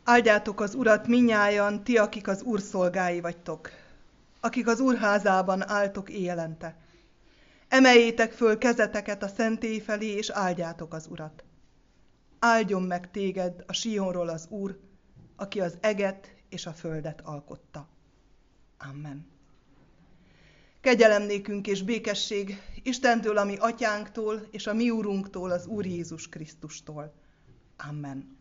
Áldjátok az Urat minnyájan, ti, akik az Úr szolgái vagytok, akik az Úr házában álltok éjjelente. Emeljétek föl kezeteket a szentély felé, és áldjátok az Urat. Áldjon meg téged a Sionról az Úr, aki az eget és a földet alkotta. Amen. Kegyelem nékünk és békesség Istentől, a mi atyánktól, és a mi Úrunktól, az Úr Jézus Krisztustól. Amen.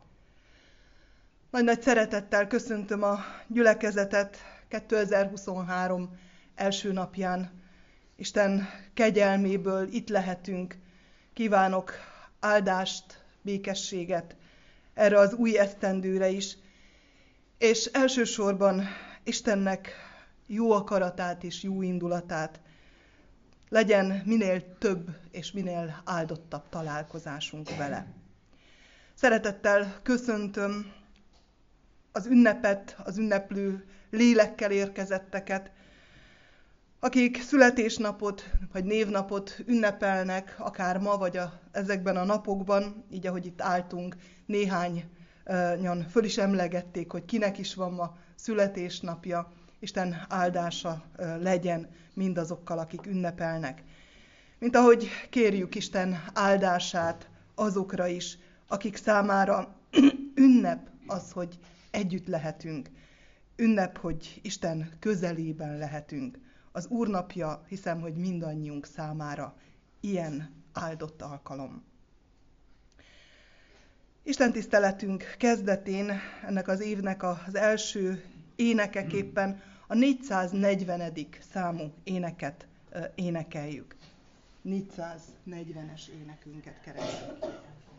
Nagy szeretettel köszöntöm a gyülekezetet 2023 első napján. Isten kegyelméből itt lehetünk. Kívánok áldást, békességet erre az új esztendőre is, és elsősorban Istennek jó akaratát és jó indulatát. Legyen minél több és minél áldottabb találkozásunk vele. Szeretettel köszöntöm az ünnepet, az ünneplő lélekkel érkezetteket, akik születésnapot vagy névnapot ünnepelnek, akár ma vagy ezekben a napokban, így ahogy itt álltunk, néhányan föl is emlegették, hogy kinek is van ma születésnapja. Isten áldása legyen mindazokkal, akik ünnepelnek. Mint ahogy kérjük Isten áldását azokra is, akik számára ünnep az, hogy együtt lehetünk. Ünnep, hogy Isten közelében lehetünk. Az Úr napja, hiszem, hogy mindannyiunk számára ilyen áldott alkalom. Isten tiszteletünk kezdetén, ennek az évnek az első énekeképpen a 440. számú éneket énekeljük. 440-es énekünket keressük.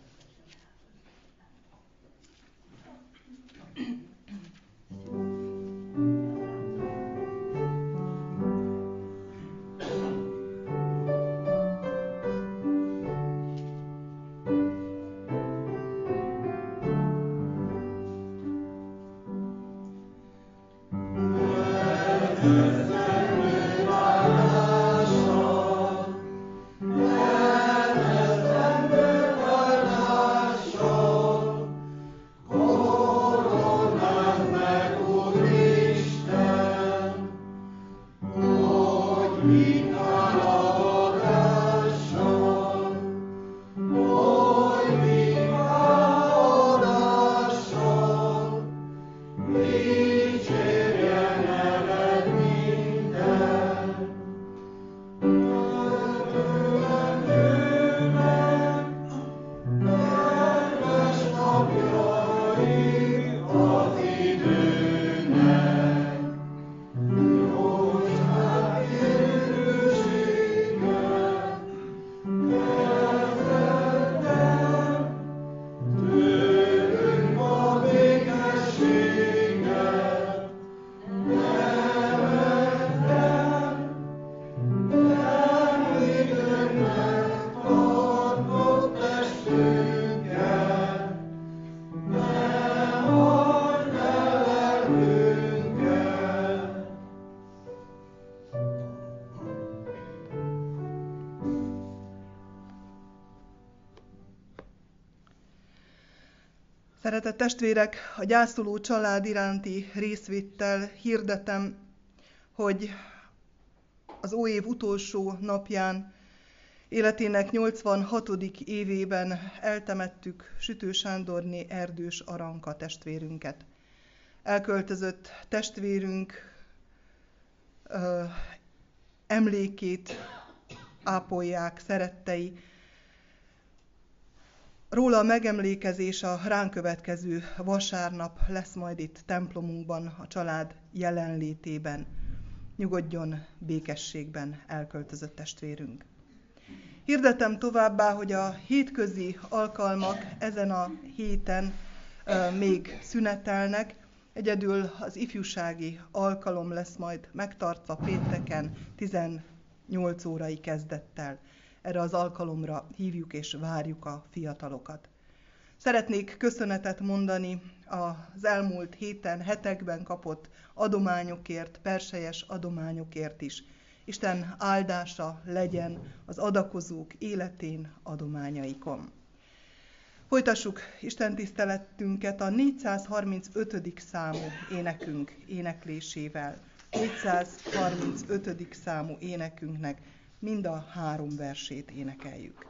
Szeretett testvérek, a gyászoló család iránti részvéttel hirdetem, hogy az óév utolsó napján, életének 86. évében eltemettük Sütő Sándorné Erdős Aranka testvérünket. Elköltözött testvérünk emlékét ápolják szerettei. Róla a megemlékezés a ránk következő vasárnap lesz majd itt templomunkban, a család jelenlétében. Nyugodjon békességben elköltözött testvérünk. Hirdetem továbbá, hogy a hétközi alkalmak ezen a héten még szünetelnek. Egyedül az ifjúsági alkalom lesz majd megtartva pénteken 18 órai kezdettel. Erre az alkalomra hívjuk és várjuk a fiatalokat. Szeretnék köszönetet mondani az elmúlt hetekben kapott adományokért, perselyes adományokért is. Isten áldása legyen az adakozók életén, adományaikon. Folytassuk Isten tiszteletünket a 435. számú énekünk éneklésével. 435. számú énekünknek mind a 3 versét énekeljük.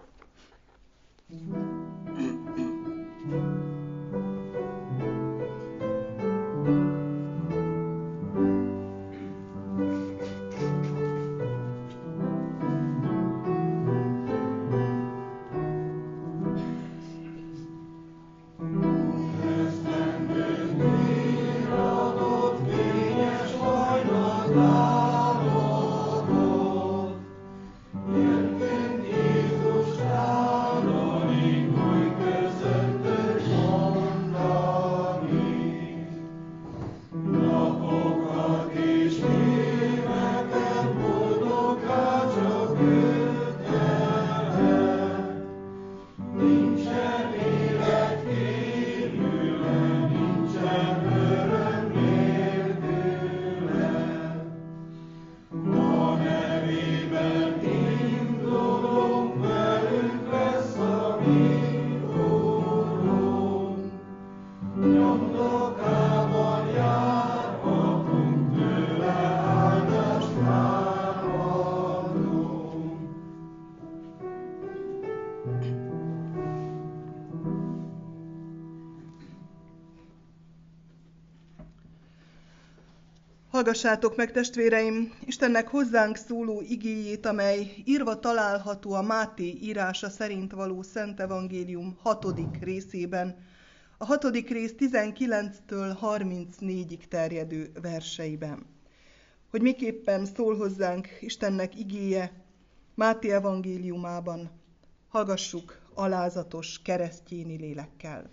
Hallgassátok meg, testvéreim, Istennek hozzánk szóló igéjét, amely írva található a Máté írása szerint való Szent Evangélium 6. részében, a 6. rész 19-től 34-ig terjedő verseiben. Hogy miképpen szól hozzánk Istennek igéje Máté evangéliumában, hallgassuk alázatos keresztyéni lélekkel.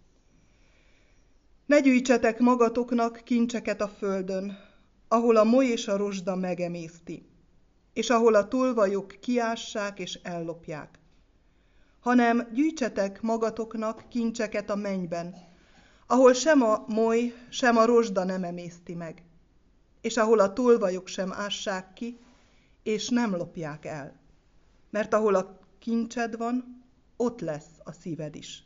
Ne gyűjtsetek magatoknak kincseket a földön, ahol a moly és a rozsda megemészti, és ahol a tolvajok kiássák és ellopják, hanem gyűjtsetek magatoknak kincseket a mennyben, ahol sem a moly, sem a rozsda nem emészti meg, és ahol a tolvajok sem ássák ki, és nem lopják el. Mert ahol a kincsed van, ott lesz a szíved is.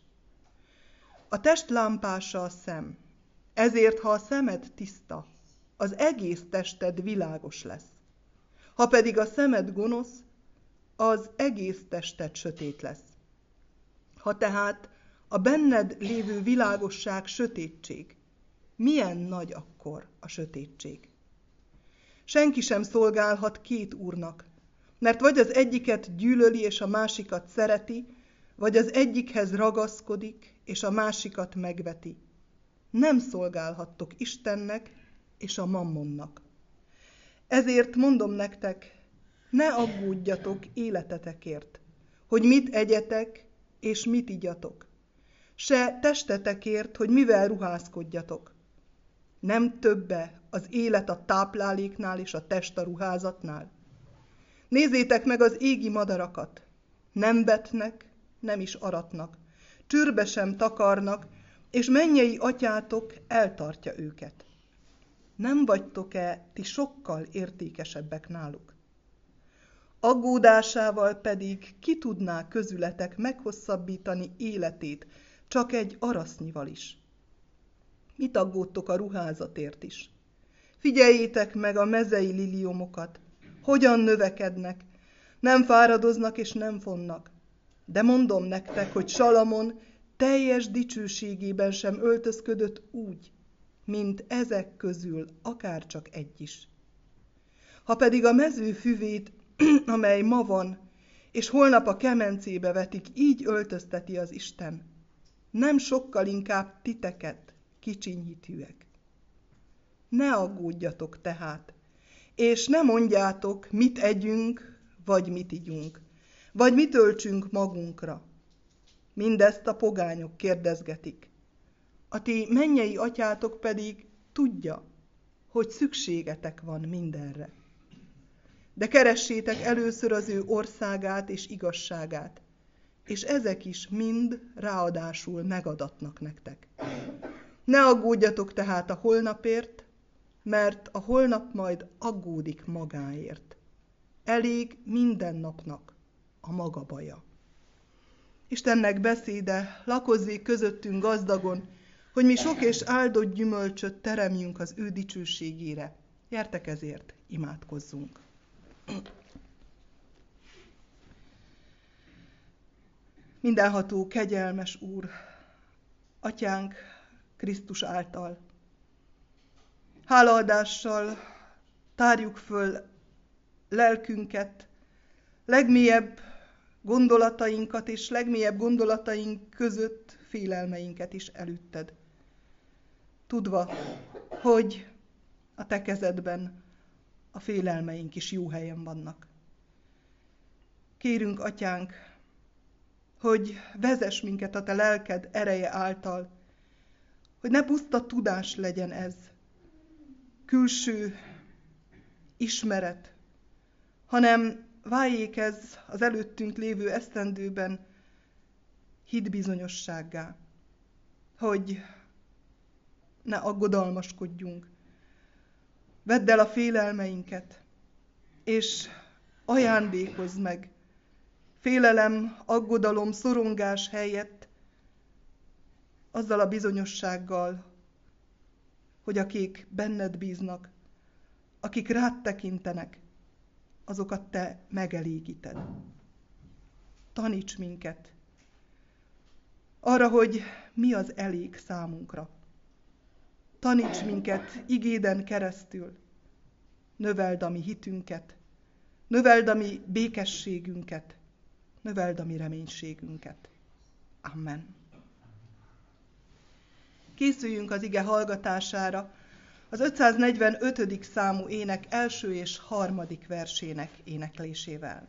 A test lámpása a szem, ezért ha a szemed tiszta, az egész tested világos lesz. Ha pedig a szemed gonosz, az egész tested sötét lesz. Ha tehát a benned lévő világosság sötétség, milyen nagy akkor a sötétség? Senki sem szolgálhat 2 úrnak, mert vagy az egyiket gyűlöli és a másikat szereti, vagy az egyikhez ragaszkodik és a másikat megveti. Nem szolgálhattok Istennek és a mammonnak. Ezért mondom nektek, ne aggódjatok életetekért, hogy mit egyetek és mit igyatok, se testetekért, hogy mivel ruházkodjatok. Nem többe az élet a tápláléknál és a test a ruházatnál? Nézzétek meg az égi madarakat, nem vetnek, nem is aratnak, csőrbe sem takarnak, és mennyei atyátok eltartja őket. Nem vagytok-e ti sokkal értékesebbek náluk? Aggódásával pedig ki tudná közületek meghosszabbítani életét, csak egy arasznyival is? Mit aggódtok a ruházatért is? Figyeljétek meg a mezei liliomokat, hogyan növekednek, nem fáradoznak és nem fonnak. De mondom nektek, hogy Salamon teljes dicsőségében sem öltözködött úgy, mint ezek közül akárcsak egy is. Ha pedig a mező füvét, amely ma van, és holnap a kemencébe vetik, így öltözteti az Isten, nem sokkal inkább titeket, kicsiny hitűek. Ne aggódjatok tehát, és ne mondjátok, mit együnk, vagy mit igyunk, vagy mit öltsünk magunkra. Mindezt a pogányok kérdezgetik. A ti mennyei atyátok pedig tudja, hogy szükségetek van mindenre. De keressétek először az ő országát és igazságát, és ezek is mind ráadásul megadatnak nektek. Ne aggódjatok tehát a holnapért, mert a holnap majd aggódik magáért. Elég minden napnak a maga baja. Istennek beszéde lakozzék közöttünk gazdagon, hogy mi sok és áldott gyümölcsöt teremjünk az ő dicsőségére. Gyertek ezért, imádkozzunk. Mindenható, kegyelmes Úr, Atyánk Krisztus által, hálaadással tárjuk föl lelkünket, legmélyebb gondolatainkat és legmélyebb gondolataink között félelmeinket is előtted. Tudva, hogy a te kezedben a félelmeink is jó helyen vannak. Kérünk, Atyánk, hogy vezess minket a te lelked ereje által, hogy ne puszta tudás legyen ez, külső ismeret, hanem váljék ez az előttünk lévő esztendőben hitbizonyossággá, hogy ne aggodalmaskodjunk. Vedd el a félelmeinket, és ajándékozz meg félelem, aggodalom, szorongás helyett azzal a bizonyossággal, hogy akik benned bíznak, akik rád tekintenek, azokat te megelégíted. Taníts minket arra, hogy mi az elég számunkra. Taníts minket igéden keresztül. Növeld a mi hitünket, növeld a mi békességünket, növeld a mi reménységünket. Amen. Készüljünk az ige hallgatására az 545. számú ének első és harmadik versének éneklésével.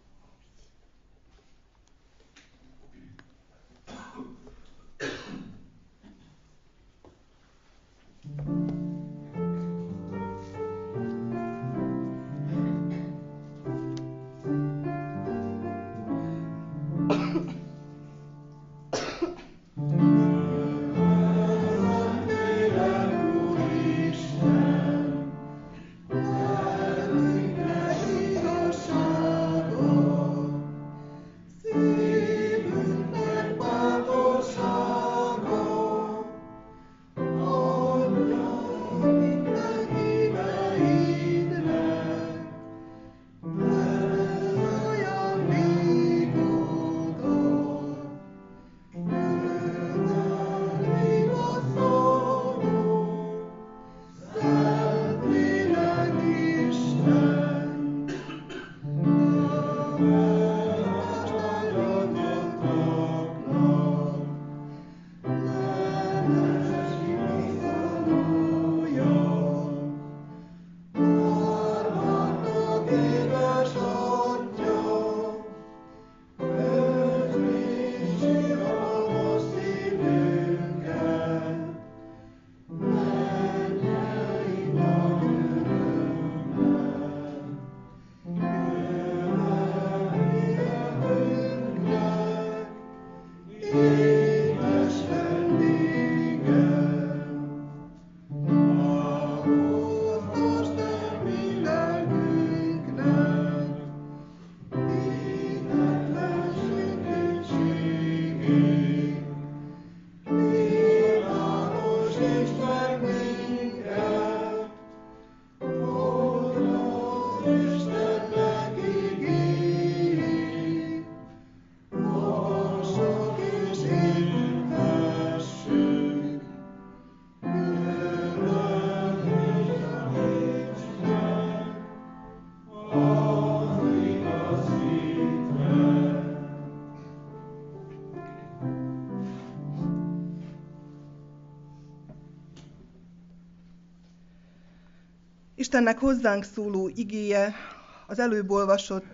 Istennek hozzánk szóló igéje az előbb olvasott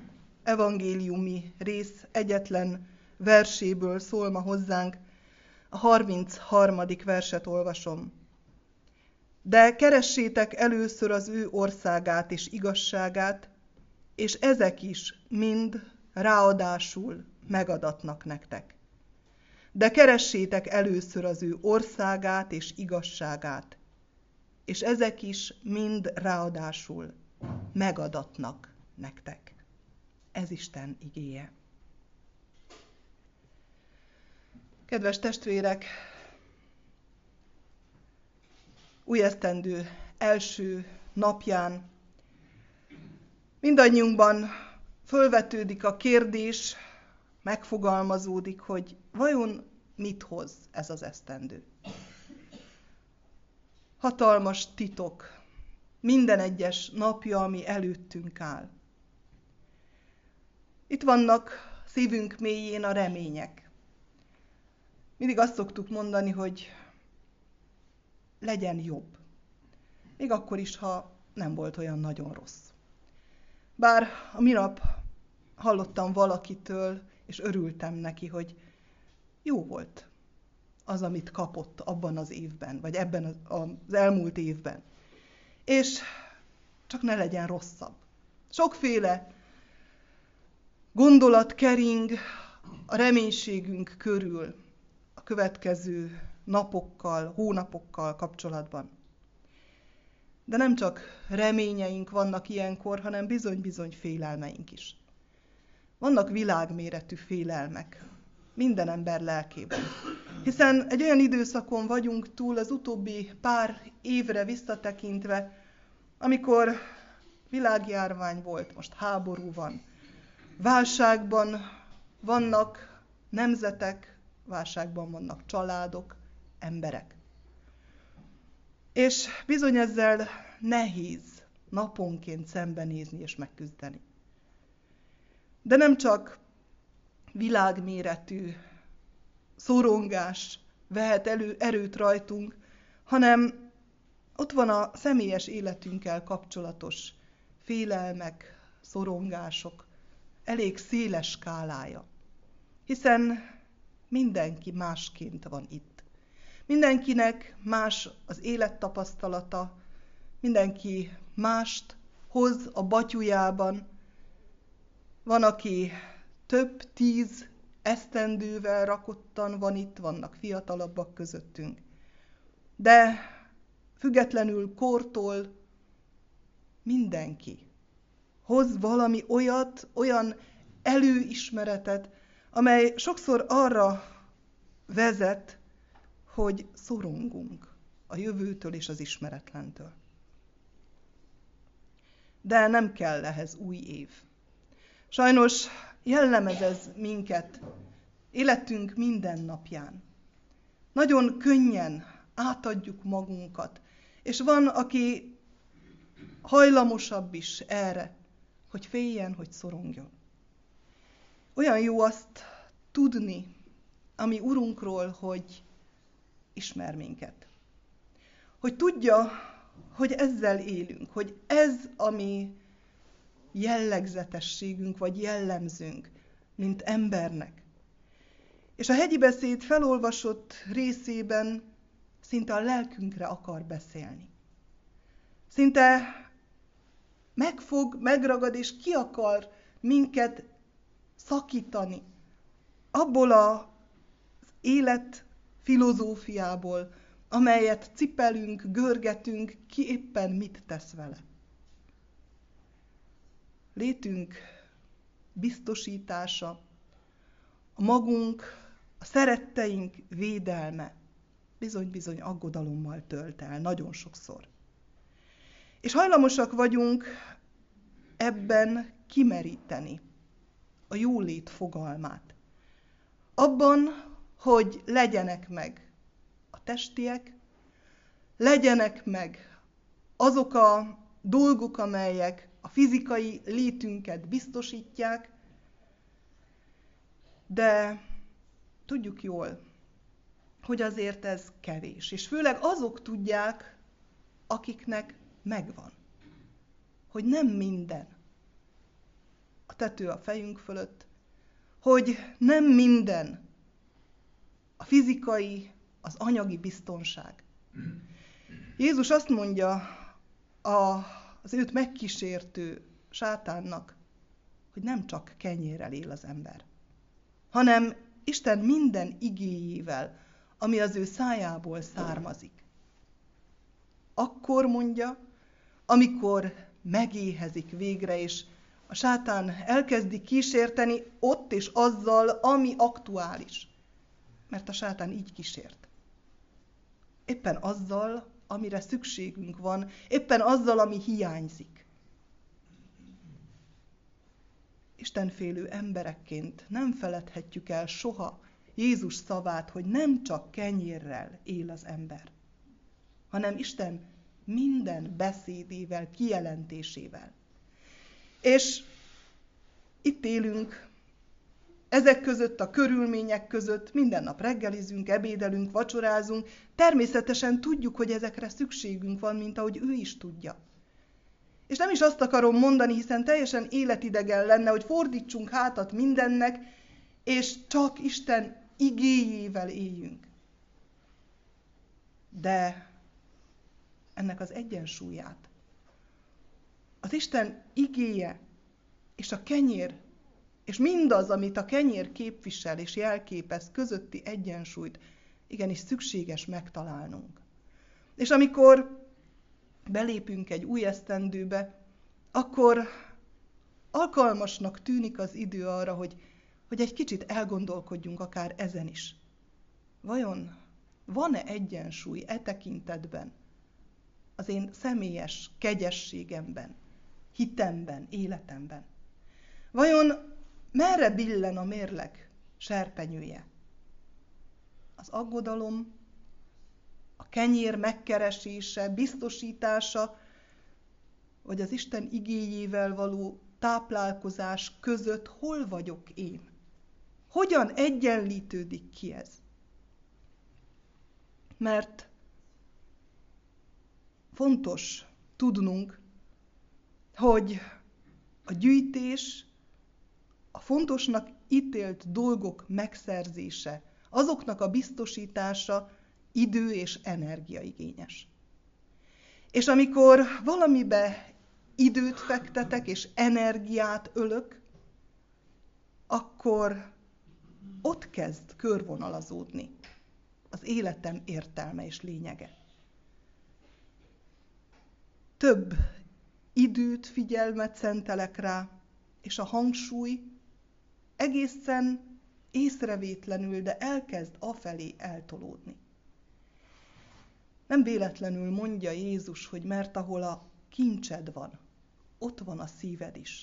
evangéliumi rész egyetlen verséből szól ma hozzánk. A 33. verset olvasom. De keressétek először az ő országát és igazságát, és ezek is mind ráadásul megadatnak nektek. De keressétek először az ő országát és igazságát, és ezek is mind ráadásul megadatnak nektek. Ez Isten igéje. Kedves testvérek, újesztendő első napján mindannyiunkban fölvetődik a kérdés, megfogalmazódik, hogy vajon mit hoz ez az esztendő. Hatalmas titok, minden egyes napja, ami előttünk áll. Itt vannak szívünk mélyén a remények. Mindig azt szoktuk mondani, hogy legyen jobb. Még akkor is, ha nem volt olyan nagyon rossz. Bár a minap hallottam valakitől, és örültem neki, hogy jó volt az, amit kapott abban az évben, vagy ebben az elmúlt évben. És csak ne legyen rosszabb. Sokféle gondolat kering a reménységünk körül a következő napokkal, hónapokkal kapcsolatban. De nem csak reményeink vannak ilyenkor, hanem bizony-bizony félelmeink is. Vannak világméretű félelmek minden ember lelkében. Hiszen egy olyan időszakon vagyunk túl az utóbbi pár évre visszatekintve, amikor világjárvány volt, most háború van. Válságban vannak nemzetek, válságban vannak családok, emberek. És bizony ezzel nehéz naponként szembenézni és megküzdeni. De nem csak világméretű szorongás vehet erőt rajtunk, hanem ott van a személyes életünkkel kapcsolatos félelmek, szorongások, elég széles skálája. Hiszen mindenki másként van itt. Mindenkinek más az élettapasztalata, mindenki mást hoz a batyujában. Van, aki több 10 esztendővel rakottan van itt, vannak fiatalabbak közöttünk. De függetlenül kortól mindenki hoz valami olyat, olyan előismeretet, amely sokszor arra vezet, hogy szorongunk a jövőtől és az ismeretlentől. De nem kell ehhez új év. Sajnos jellemez ez minket életünk minden napján. Nagyon könnyen átadjuk magunkat, és van, aki hajlamosabb is erre, hogy féljen, hogy szorongjon. Olyan jó azt tudni a mi Urunkról, hogy ismer minket. Hogy tudja, hogy ezzel élünk, hogy ez a mi jellegzetességünk, vagy jellemzőnk, mint embernek. És a hegyi beszéd felolvasott részében szinte a lelkünkre akar beszélni. Szinte megfog, megragad és ki akar minket szakítani abból az élet filozófiából, amelyet cipelünk, görgetünk, ki éppen mit tesz vele. Létünk biztosítása, a magunk, a szeretteink védelme bizony-bizony aggodalommal tölt el, nagyon sokszor. És hajlamosak vagyunk ebben kimeríteni a jólét fogalmát. Abban, hogy legyenek meg a testiek, legyenek meg azok a dolgok, amelyek a fizikai létünket biztosítják, de tudjuk jól, hogy azért ez kevés. És főleg azok tudják, akiknek megvan. Hogy nem minden a tető a fejünk fölött, hogy nem minden a fizikai, az anyagi biztonság. Jézus azt mondja az őt megkísértő sátánnak, hogy nem csak kenyérrel él az ember, hanem Isten minden igéjével, ami az ő szájából származik. Akkor mondja, amikor megéhezik végre, és a sátán elkezdi kísérteni ott és azzal, ami aktuális. Mert a sátán így kísért. Éppen azzal, amire szükségünk van, éppen azzal, ami hiányzik. Istenfélő emberekként nem feledhetjük el soha Jézus szavát, hogy nem csak kenyérrel él az ember, hanem Isten minden beszédével, kijelentésével. És itt élünk, ezek között, a körülmények között minden nap reggelizünk, ebédelünk, vacsorázunk. Természetesen tudjuk, hogy ezekre szükségünk van, mint ahogy ő is tudja. És nem is azt akarom mondani, hiszen teljesen életidegen lenne, hogy fordítsunk hátat mindennek, és csak Isten igéjével éljünk. De ennek az egyensúlyát, az Isten igéje és a kenyér, és mindaz, amit a kenyér képvisel és jelképez, közötti egyensúlyt igenis szükséges megtalálnunk. És amikor belépünk egy új esztendőbe, akkor alkalmasnak tűnik az idő arra, hogy egy kicsit elgondolkodjunk akár ezen is. Vajon van-e egyensúly e tekintetben az én személyes kegyességemben, hitemben, életemben? Vajon merre billen a mérleg serpenyője? Az aggodalom, a kenyér megkeresése, biztosítása, vagy az Isten igéjével való táplálkozás között hol vagyok én? Hogyan egyenlítődik ki ez? Mert fontos tudnunk, hogy a gyűjtés, a fontosnak ítélt dolgok megszerzése, azoknak a biztosítása idő és energiaigényes. És amikor valamibe időt fektetek és energiát ölök, akkor ott kezd körvonalazódni az életem értelme és lényege. Több időt, figyelmet szentelek rá, és a hangsúly egészen észrevétlenül, de elkezd afelé eltolódni. Nem véletlenül mondja Jézus, hogy mert ahol a kincsed van, ott van a szíved is.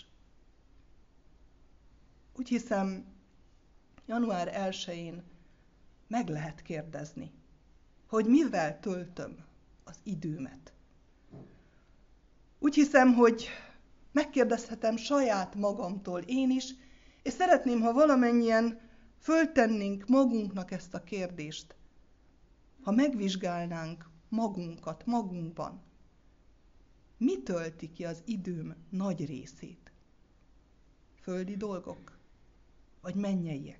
Úgy hiszem, január 1-én meg lehet kérdezni, hogy mivel töltöm az időmet. Úgy hiszem, hogy megkérdezhetem saját magamtól én is, és szeretném, ha valamennyien föltennénk magunknak ezt a kérdést, ha megvizsgálnánk magunkat magunkban. Mi tölti ki az időm nagy részét? Földi dolgok? Vagy mennyeiek?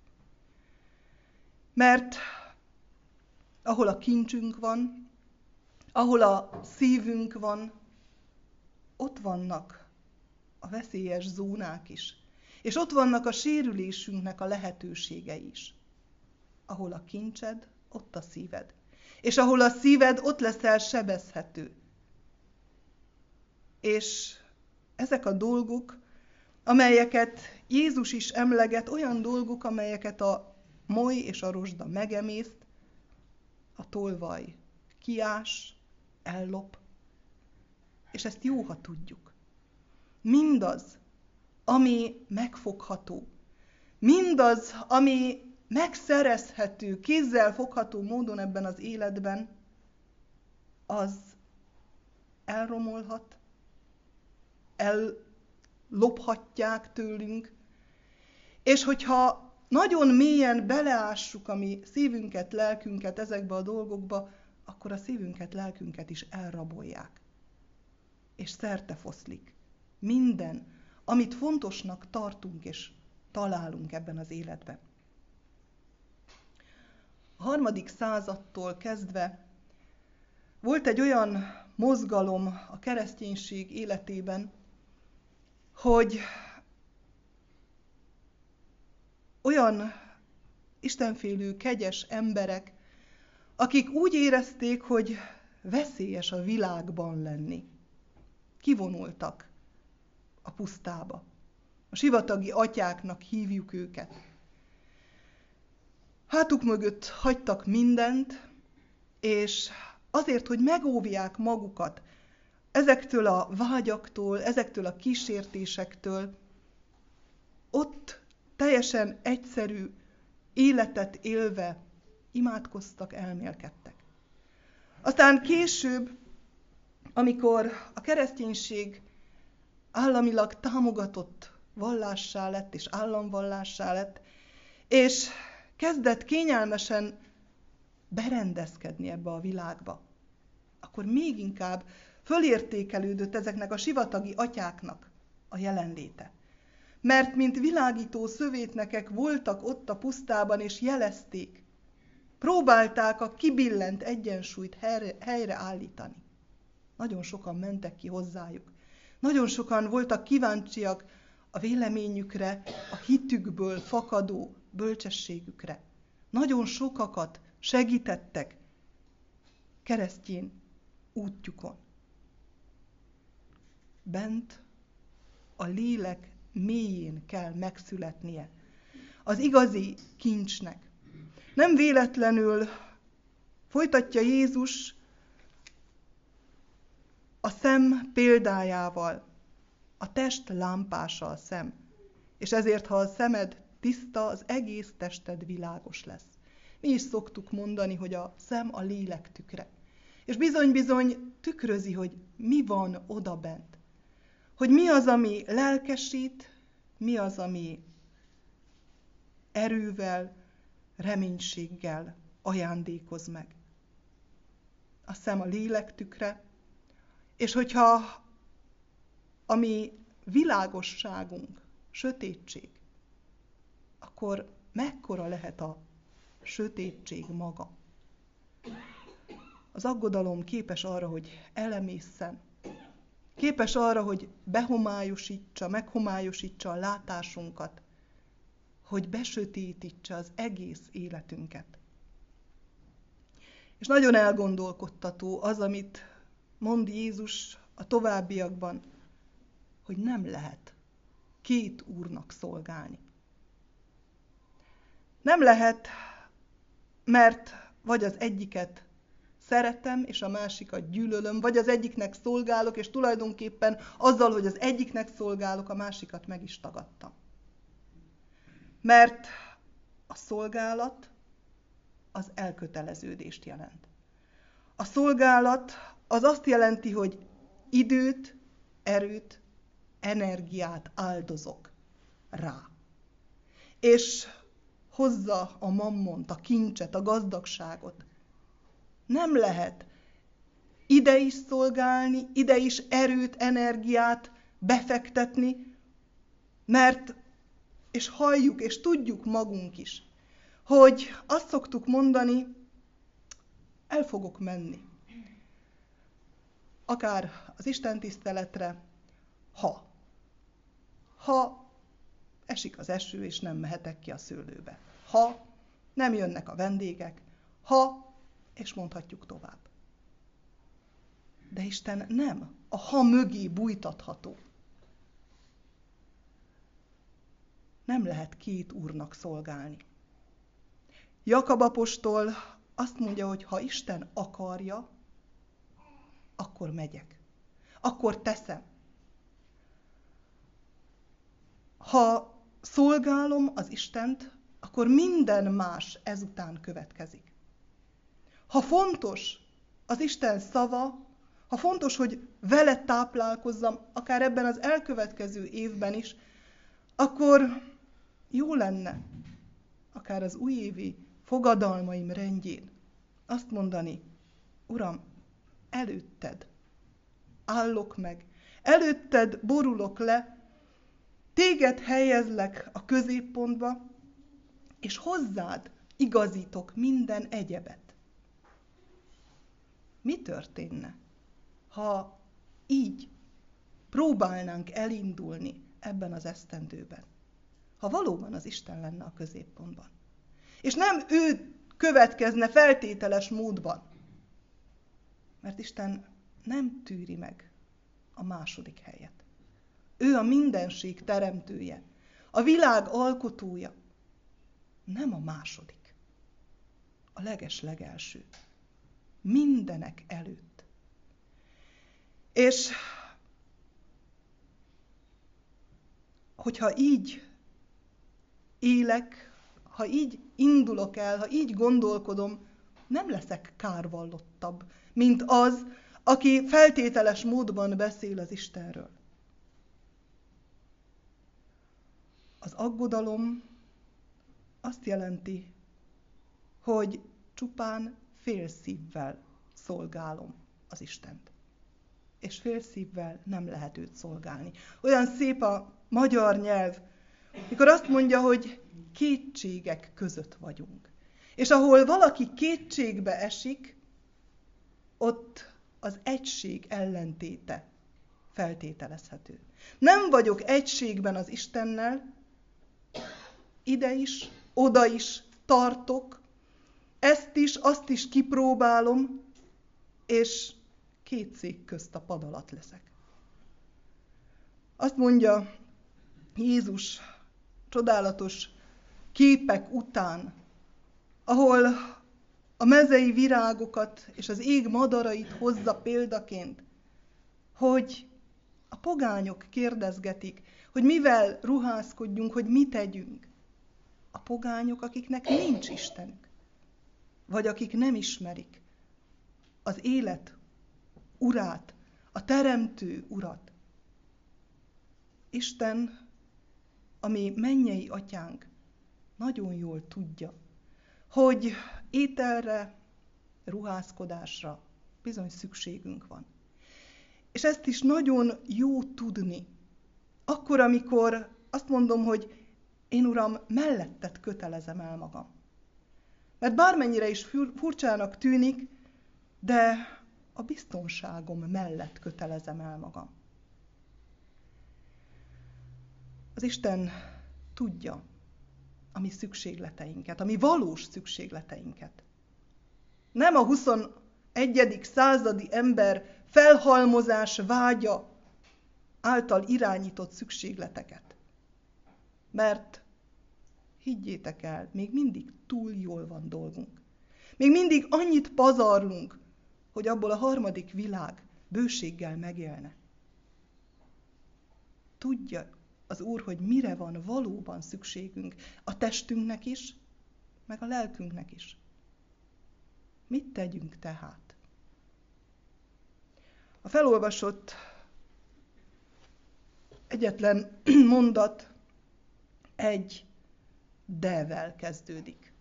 Mert ahol a kincsünk van, ahol a szívünk van, ott vannak a veszélyes zónák is. És ott vannak a sérülésünknek a lehetőségei is. Ahol a kincsed, ott a szíved. És ahol a szíved, ott leszel sebezhető. És ezek a dolgok, amelyeket Jézus is emleget, olyan dolgok, amelyeket a moly és a rozsda megemészt, a tolvaj kiás, ellop, és ezt jó, ha tudjuk. Mindaz, ami megfogható, mindaz, ami megszerezhető, kézzel fogható módon ebben az életben, az elromolhat, ellophatják tőlünk, és hogyha nagyon mélyen beleássuk a mi szívünket, lelkünket ezekbe a dolgokba, akkor a szívünket, lelkünket is elrabolják. És szertefoszlik minden, amit fontosnak tartunk és találunk ebben az életben. A 3. századtól kezdve volt egy olyan mozgalom a kereszténység életében, hogy olyan istenfélő, kegyes emberek, akik úgy érezték, hogy veszélyes a világban lenni, kivonultak a pusztába. A sivatagi atyáknak hívjuk őket. hátuk mögött hagytak mindent, és azért, hogy megóvják magukat ezektől a vágyaktól, ezektől a kísértésektől, ott teljesen egyszerű életet élve imádkoztak, elmélkedtek. Aztán később, amikor a kereszténység államilag támogatott vallássá lett, és államvallássá lett, és kezdett kényelmesen berendezkedni ebbe a világba, akkor még inkább fölértékelődött ezeknek a sivatagi atyáknak a jelenléte. Mert mint világító szövétnekek voltak ott a pusztában, és jelezték, próbálták a kibillent egyensúlyt helyreállítani. Nagyon sokan mentek ki hozzájuk. Nagyon sokan voltak kíváncsiak a véleményükre, a hitükből fakadó bölcsességükre. Nagyon sokakat segítettek keresztény útjukon. Bent a lélek mélyén kell megszületnie az igazi kincsnek. Nem véletlenül folytatja Jézus a szem példájával. A test lámpása a szem, és ezért, ha a szemed tiszta, az egész tested világos lesz. Mi is szoktuk mondani, hogy a szem a lélek tükre. És bizony-bizony tükrözi, hogy mi van odabent. Hogy mi az, ami lelkesít, mi az, ami erővel, reménységgel ajándékoz meg. A szem a lélek tükre, és hogyha a mi világosságunk sötétség, akkor mekkora lehet a sötétség maga? Az aggodalom képes arra, hogy elemészen, képes arra, hogy meghomályosítsa a látásunkat, hogy besötétítse az egész életünket. És nagyon elgondolkodtató az, amit mond Jézus a továbbiakban, hogy nem lehet két úrnak szolgálni. Nem lehet, mert vagy az egyiket szeretem, és a másikat gyűlölöm, vagy az egyiknek szolgálok, és tulajdonképpen azzal, hogy az egyiknek szolgálok, a másikat meg is tagadtam. Mert a szolgálat az elköteleződést jelent. A szolgálat az azt jelenti, hogy időt, erőt, energiát áldozok rá. És hozza a mammont, a kincset, a gazdagságot. Nem lehet ide is szolgálni, ide is erőt, energiát befektetni, mert, és halljuk, és tudjuk magunk is, hogy azt szoktuk mondani, el fogok menni. Akár az istentiszteletre, ha esik az eső, és nem mehetek ki a szőlőbe. Ha nem jönnek a vendégek, és mondhatjuk tovább. De Isten nem a ha mögé bújtatható. Nem lehet két úrnak szolgálni. Jakab apostol azt mondja, hogy ha Isten akarja, akkor megyek. Akkor teszem. Ha szolgálom az Istent, akkor minden más ezután következik. Ha fontos az Isten szava, ha fontos, hogy vele táplálkozzam, akár ebben az elkövetkező évben is, akkor jó lenne, akár az újévi fogadalmaim rendjén azt mondani, Uram, előtted állok meg, előtted borulok le, téged helyezlek a középpontba, és hozzád igazítok minden egyebet. Mi történne, ha így próbálnánk elindulni ebben az esztendőben? Ha valóban az Isten lenne a középpontban. És nem ő következne feltételes módban. Mert Isten nem tűri meg a második helyet. Ő a mindenség teremtője, a világ alkotója, nem a második. a leges-legelső. Mindenek előtt. És hogyha így élek, ha így indulok el, ha így gondolkodom, nem leszek kárvallottabb, mint az, aki feltételes módban beszél az Istenről. Az aggodalom azt jelenti, hogy csupán félszívvel szolgálom az Istent. És félszívvel nem lehet őt szolgálni. Olyan szép a magyar nyelv, mikor azt mondja, hogy kétségek között vagyunk. És ahol valaki kétségbe esik, ott az egység ellentéte feltételezhető. Nem vagyok egységben az Istennel, ide is, oda is tartok, ezt is, azt is kipróbálom, és két szék közt a pad alatt leszek. Azt mondja Jézus csodálatos képek után, ahol a mezei virágokat és az ég madarait hozza példaként, hogy a pogányok kérdezgetik, hogy mivel ruházkodjunk, hogy mit tegyünk. A pogányok, akiknek nincs Istenük, vagy akik nem ismerik az élet urát, a teremtő urat. Isten, ami mennyei atyánk, nagyon jól tudja, hogy ételre, ruházkodásra bizony szükségünk van. És ezt is nagyon jó tudni. Akkor, amikor azt mondom, hogy én, Uram, melletted kötelezem el magam. Mert bármennyire is furcsának tűnik, de a biztonságom mellett kötelezem el magam. Az Isten tudja a mi szükségleteinket, a mi valós szükségleteinket. Nem a 21. századi ember felhalmozás vágya által irányított szükségleteket. Mert higgyétek el, még mindig túl jól van dolgunk. Még mindig annyit pazarlunk, hogy abból a harmadik világ bőséggel megélne. Tudja az Úr, hogy mire van valóban szükségünk a testünknek is, meg a lelkünknek is. Mit tegyünk tehát? A felolvasott egyetlen mondat egy de-vel kezdődik.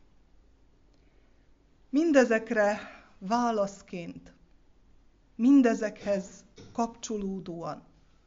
Mindezekre válaszként, mindezekhez kapcsolódóan,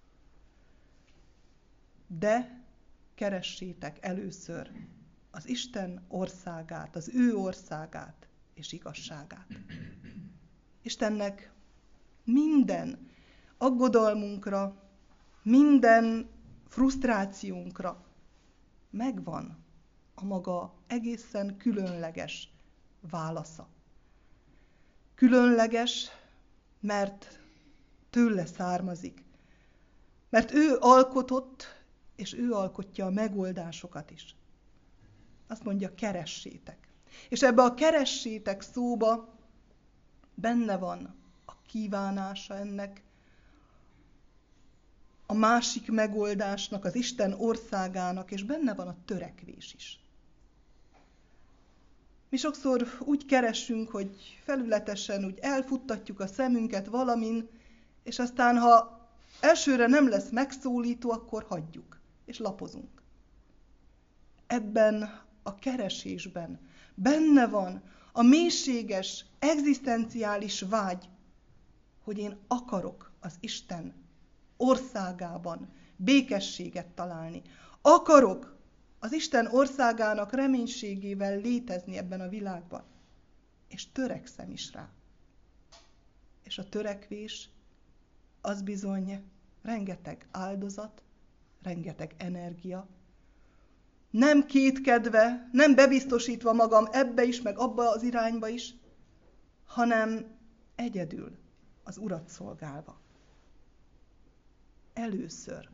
de keressétek először az Isten országát, az ő országát és igazságát. Istennek minden aggodalmunkra, minden frusztrációnkra megvan a maga egészen különleges válasza. Különleges, mert tőle származik. Mert ő alkotott, és ő alkotja a megoldásokat is. Azt mondja, keressétek. És ebbe a keressétek szóba benne van a kívánása ennek, a másik megoldásnak, az Isten országának, és benne van a törekvés is. Mi sokszor úgy keresünk, hogy felületesen úgy elfuttatjuk a szemünket valamin, és aztán, ha elsőre nem lesz megszólító, akkor hagyjuk, és lapozunk. Ebben a keresésben benne van a mélységes, egzisztenciális vágy, hogy én akarok az Isten országában békességet találni. Akarok az Isten országának reménységével létezni ebben a világban. És törekszem is rá. És a törekvés az bizony rengeteg áldozat, rengeteg energia, nem kétkedve, nem bebiztosítva magam ebbe is, meg abba az irányba is, hanem egyedül az Urat szolgálva. Először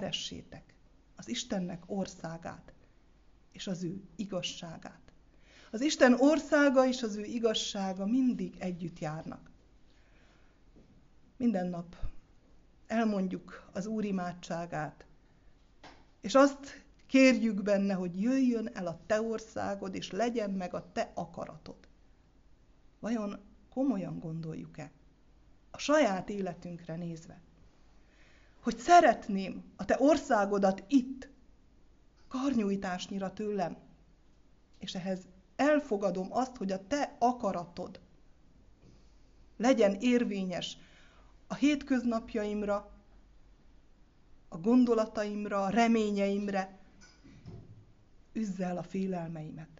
keressétek az Istennek országát és az ő igazságát. Az Isten országa és az ő igazsága mindig együtt járnak. Minden nap elmondjuk az Úr imádságát, és azt kérjük benne, hogy jöjjön el a te országod, és legyen meg a te akaratod. Vajon komolyan gondoljuk-e? A saját életünkre nézve. Hogy szeretném a te országodat itt, karnyújtásnyira tőlem, és ehhez elfogadom azt, hogy a te akaratod legyen érvényes a hétköznapjaimra, a gondolataimra, a reményeimre, üzz el a félelmeimet.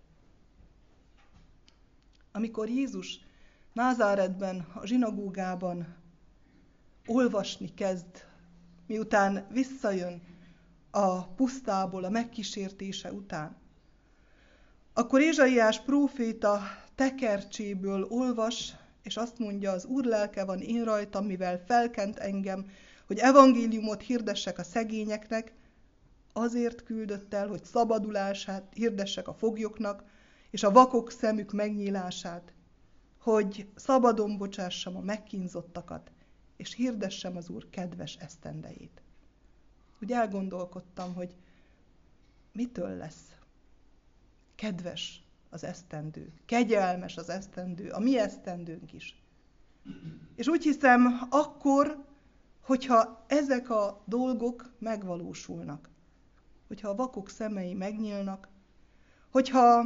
Amikor Jézus Názáretben, a zsinagógában olvasni kezd, miután visszajön a pusztából, a megkísértése után, akkor Ézsaiás próféta tekercséből olvas, és azt mondja, az Úr lelke van én rajtam, mivel felkent engem, hogy evangéliumot hirdessek a szegényeknek, azért küldött el, hogy szabadulását hirdessek a foglyoknak, és a vakok szemük megnyílását, hogy szabadon bocsássam a megkínzottakat, és hirdessem az Úr kedves esztendejét. Úgy elgondolkodtam, hogy mitől lesz kedves az esztendő, kegyelmes az esztendő, a mi esztendőnk is. És úgy hiszem, akkor, hogyha ezek a dolgok megvalósulnak, hogyha a vakok szemei megnyílnak, hogyha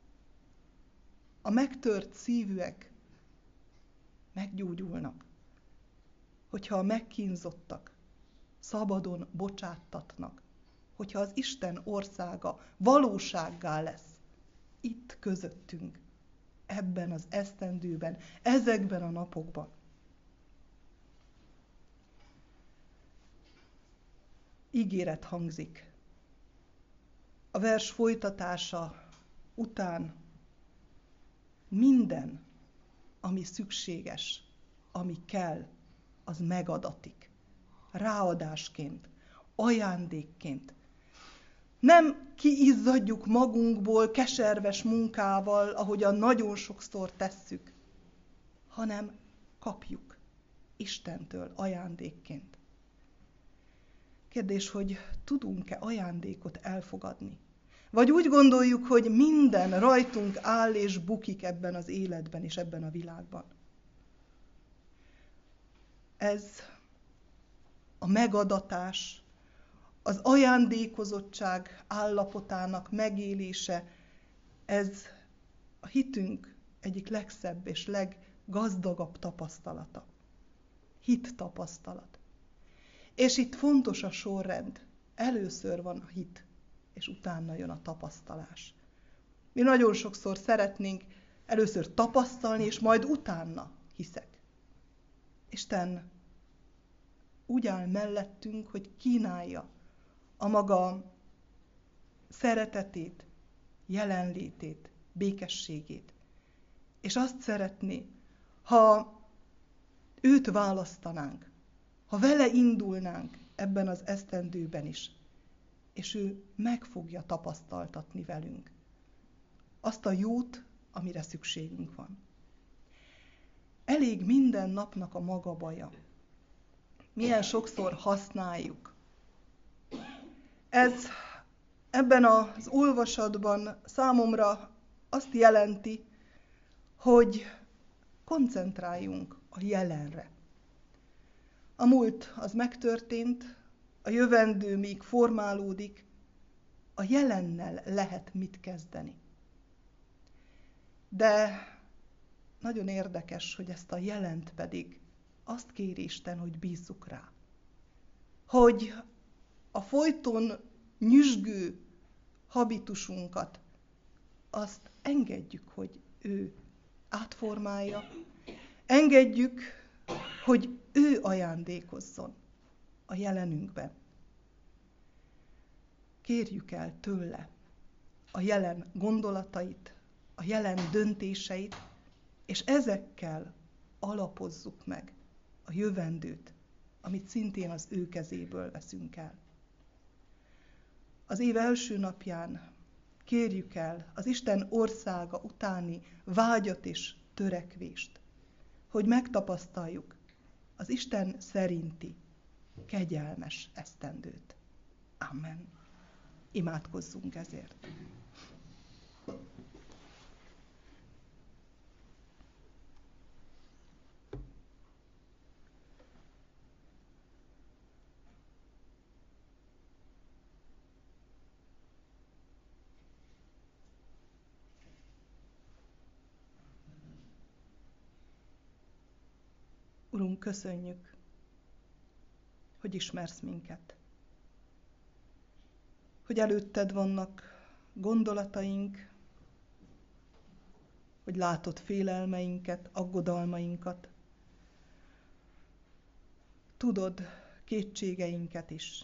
a megtört szívűek meggyógyulnak, hogyha a megkínzottak szabadon bocsáttatnak, hogyha az Isten országa valósággá lesz itt közöttünk, ebben az esztendőben, ezekben a napokban. Ígéret hangzik. A vers folytatása után minden, ami szükséges, ami kell, az megadatik. Ráadásként, ajándékként. Nem kiizzadjuk magunkból keserves munkával, ahogyan nagyon sokszor tesszük, hanem kapjuk Istentől ajándékként. Kérdés, hogy tudunk-e ajándékot elfogadni? Vagy úgy gondoljuk, hogy minden rajtunk áll és bukik ebben az életben és ebben a világban. Ez a megadatás, az ajándékozottság állapotának megélése, ez a hitünk egyik legszebb és leggazdagabb tapasztalata. Hit tapasztalat. És itt fontos a sorrend. Először van a hit, és utána jön a tapasztalás. Mi nagyon sokszor szeretnénk először tapasztalni, és majd utána hiszek. Isten úgy áll mellettünk, hogy kínálja a maga szeretetét, jelenlétét, békességét. És azt szeretné, ha őt választanánk, ha vele indulnánk ebben az esztendőben is, és ő meg fogja tapasztaltatni velünk azt a jót, amire szükségünk van. Elég minden napnak a maga baja. Milyen sokszor használjuk. Ez ebben az olvasatban számomra azt jelenti, hogy koncentráljunk a jelenre. A múlt az megtörtént, a jövendő még formálódik, a jelennel lehet mit kezdeni. De nagyon érdekes, hogy ezt a jelent pedig azt kéri Isten, hogy bízzuk rá. Hogy a folyton nyüzsgő habitusunkat, azt engedjük, hogy ő átformálja, engedjük, hogy ő ajándékozzon a jelenünkben. Kérjük el tőle a jelen gondolatait, a jelen döntéseit, és ezekkel alapozzuk meg a jövendőt, amit szintén az ő kezéből veszünk el. Az év első napján kérjük el az Isten országa utáni vágyat és törekvést, hogy megtapasztaljuk az Isten szerinti kegyelmes esztendőt. Amen. Imádkozzunk ezért. Urunk, köszönjük, hogy ismersz minket. Hogy előtted vannak gondolataink, hogy látod félelmeinket, aggodalmainkat. Tudod kétségeinket is.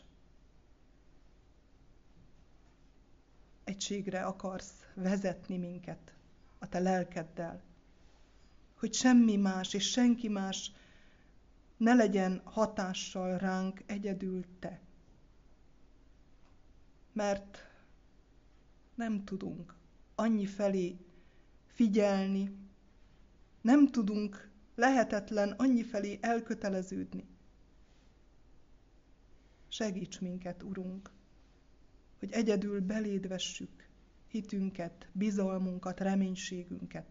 Egységre akarsz vezetni minket a te lelkeddel. Hogy semmi más és senki más ne legyen hatással ránk, egyedül te. Mert nem tudunk annyi felé figyelni, nem tudunk lehetetlen annyi felé elköteleződni. Segíts minket, Urunk, hogy egyedül beléd vessük hitünket, bizalmunkat, reménységünket.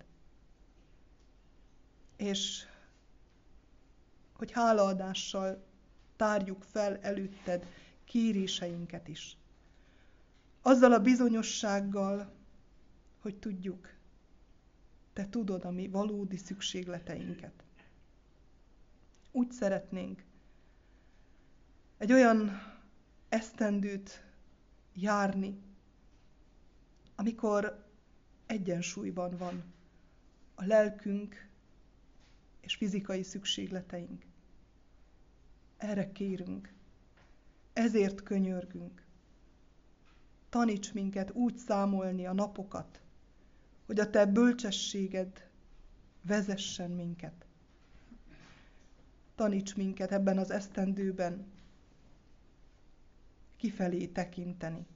És hogy hálaadással tárjuk fel előtted kéréseinket is. Azzal a bizonyossággal, hogy tudjuk, te tudod a mi valódi szükségleteinket. Úgy szeretnénk egy olyan esztendőt járni, amikor egyensúlyban van a lelkünk és fizikai szükségleteink. Erre kérünk, ezért könyörgünk. Taníts minket úgy számolni a napokat, hogy a te bölcsességed vezessen minket. Taníts minket ebben az esztendőben kifelé tekinteni.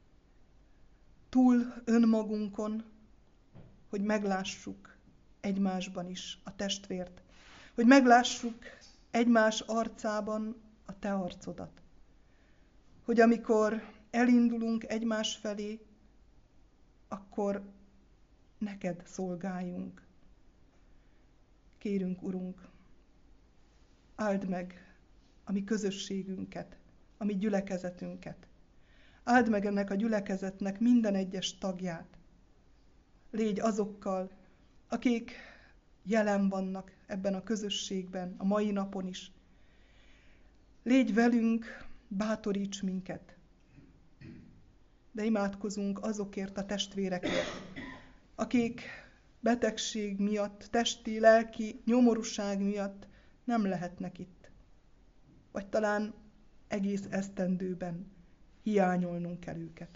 Túl önmagunkon, hogy meglássuk egymásban is a testvért, hogy meglássuk egymás arcában a te arcodat. Hogy amikor elindulunk egymás felé, akkor neked szolgáljunk. Kérünk, Urunk, áld meg a mi közösségünket, a mi gyülekezetünket. Áld meg ennek a gyülekezetnek minden egyes tagját. Légy azokkal, akik jelen vannak ebben a közösségben, a mai napon is. Légy velünk, bátoríts minket. De imádkozunk azokért a testvérekért, akik betegség miatt, testi, lelki nyomorúság miatt nem lehetnek itt. Vagy talán egész esztendőben hiányolnunk kell őket.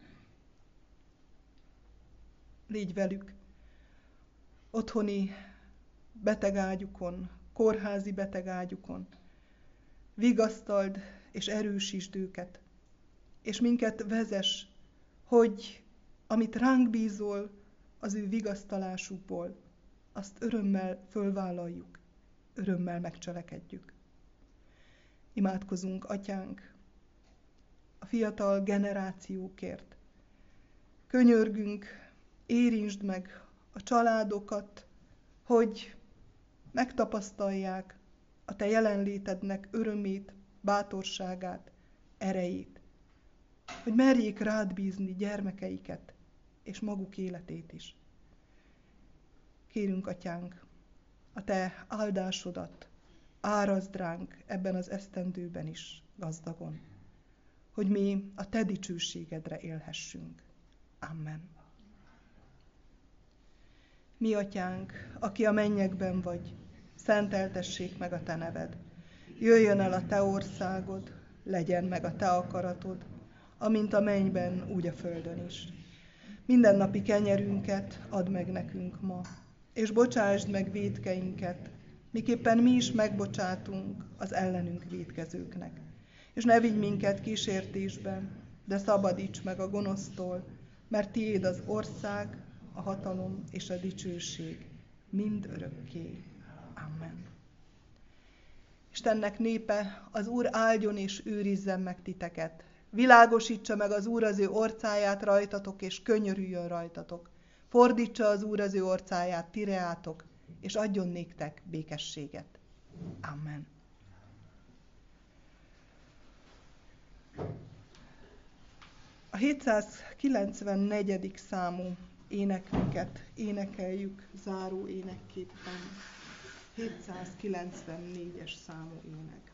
Légy velük otthoni betegágyukon, kórházi betegágyukon. Vigasztald és erősítsd őket, és minket vezess, hogy amit ránk bízol az ő vigasztalásukból, azt örömmel fölvállaljuk, örömmel megcselekedjük. Imádkozunk, Atyánk, a fiatal generációkért. Könyörgünk, érintsd meg a családokat, hogy megtapasztalják a te jelenlétednek örömét, bátorságát, erejét. Hogy merjék rád bízni gyermekeiket és maguk életét is. Kérünk, Atyánk, a te áldásodat árazd ránk ebben az esztendőben is gazdagon, hogy mi a te dicsőségedre élhessünk. Amen. Mi, Atyánk, aki a mennyekben vagy, szenteltessék meg a te neved. Jöjjön el a te országod, legyen meg a te akaratod, amint a mennyben, úgy a földön is. Mindennapi kenyerünket add meg nekünk ma, és bocsásd meg vétkeinket, miképpen mi is megbocsátunk az ellenünk vétkezőknek. És ne vigy minket kísértésbe, de szabadíts meg a gonosztól, mert tiéd az ország, a hatalom és a dicsőség mind örökké. Amen. Istennek népe, az Úr áldjon és őrizzen meg titeket. Világosítsa meg az Úr az ő orcáját rajtatok, és könyörüljön rajtatok. Fordítsa az Úr az ő orcáját tireátok, és adjon néktek békességet. Amen. A 794. számú énekünket énekeljük záró énekképpen. 794-es számú ének.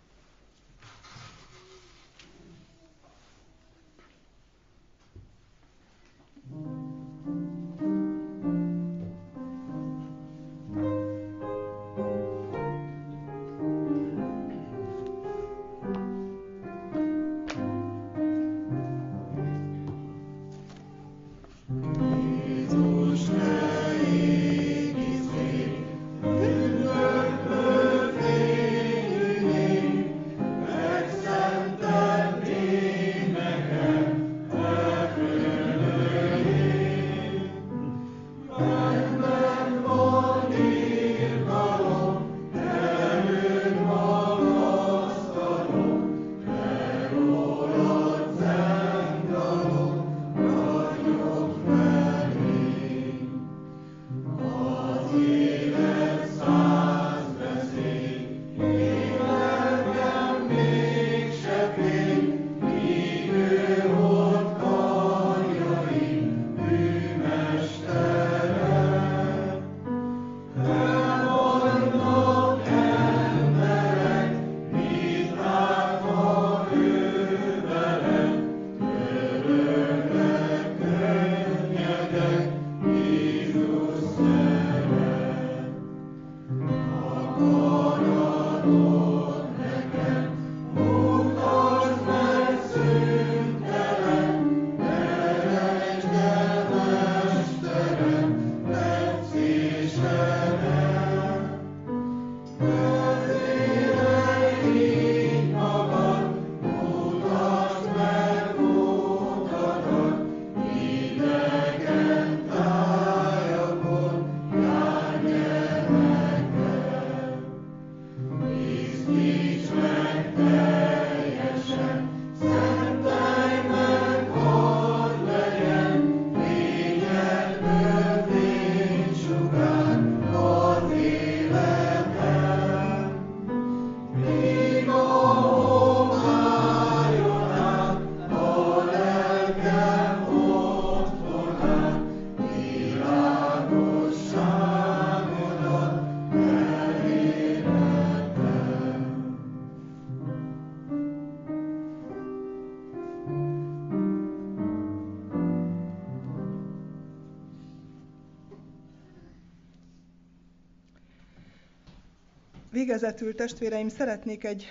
Végezetül, testvéreim, szeretnék egy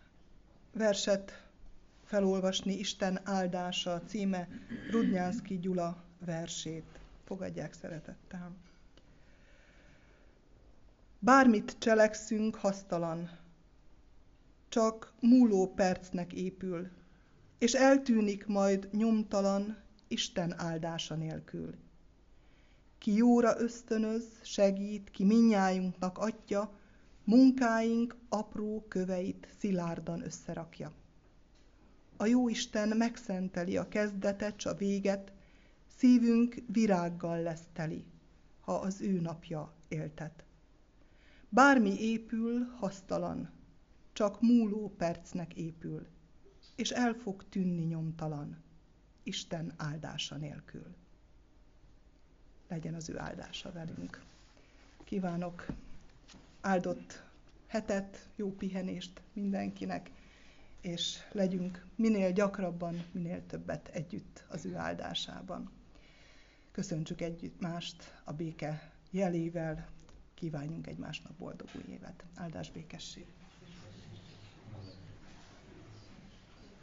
verset felolvasni, Isten áldása címe, Rudnyánszky Gyula versét. Fogadják szeretettel. Bármit cselekszünk, hasztalan, csak múló percnek épül, és eltűnik majd nyomtalan Isten áldása nélkül. Ki jóra ösztönöz, segít, ki mindnyájunknak adja, munkáink apró köveit szilárdan összerakja. A Jóisten megszenteli a kezdetet, s a véget, szívünk virággal lesz teli, ha az ő napja éltet. Bármi épül, hasztalan, csak múló percnek épül, és el fog tűnni nyomtalan, Isten áldása nélkül. Legyen az ő áldása velünk. Kívánok áldott hetet, jó pihenést mindenkinek, és legyünk minél gyakrabban, minél többet együtt az ő áldásában. Köszöntsük egymást a béke jelével, kívánjunk egymásnak boldog új évet. Áldás békesség!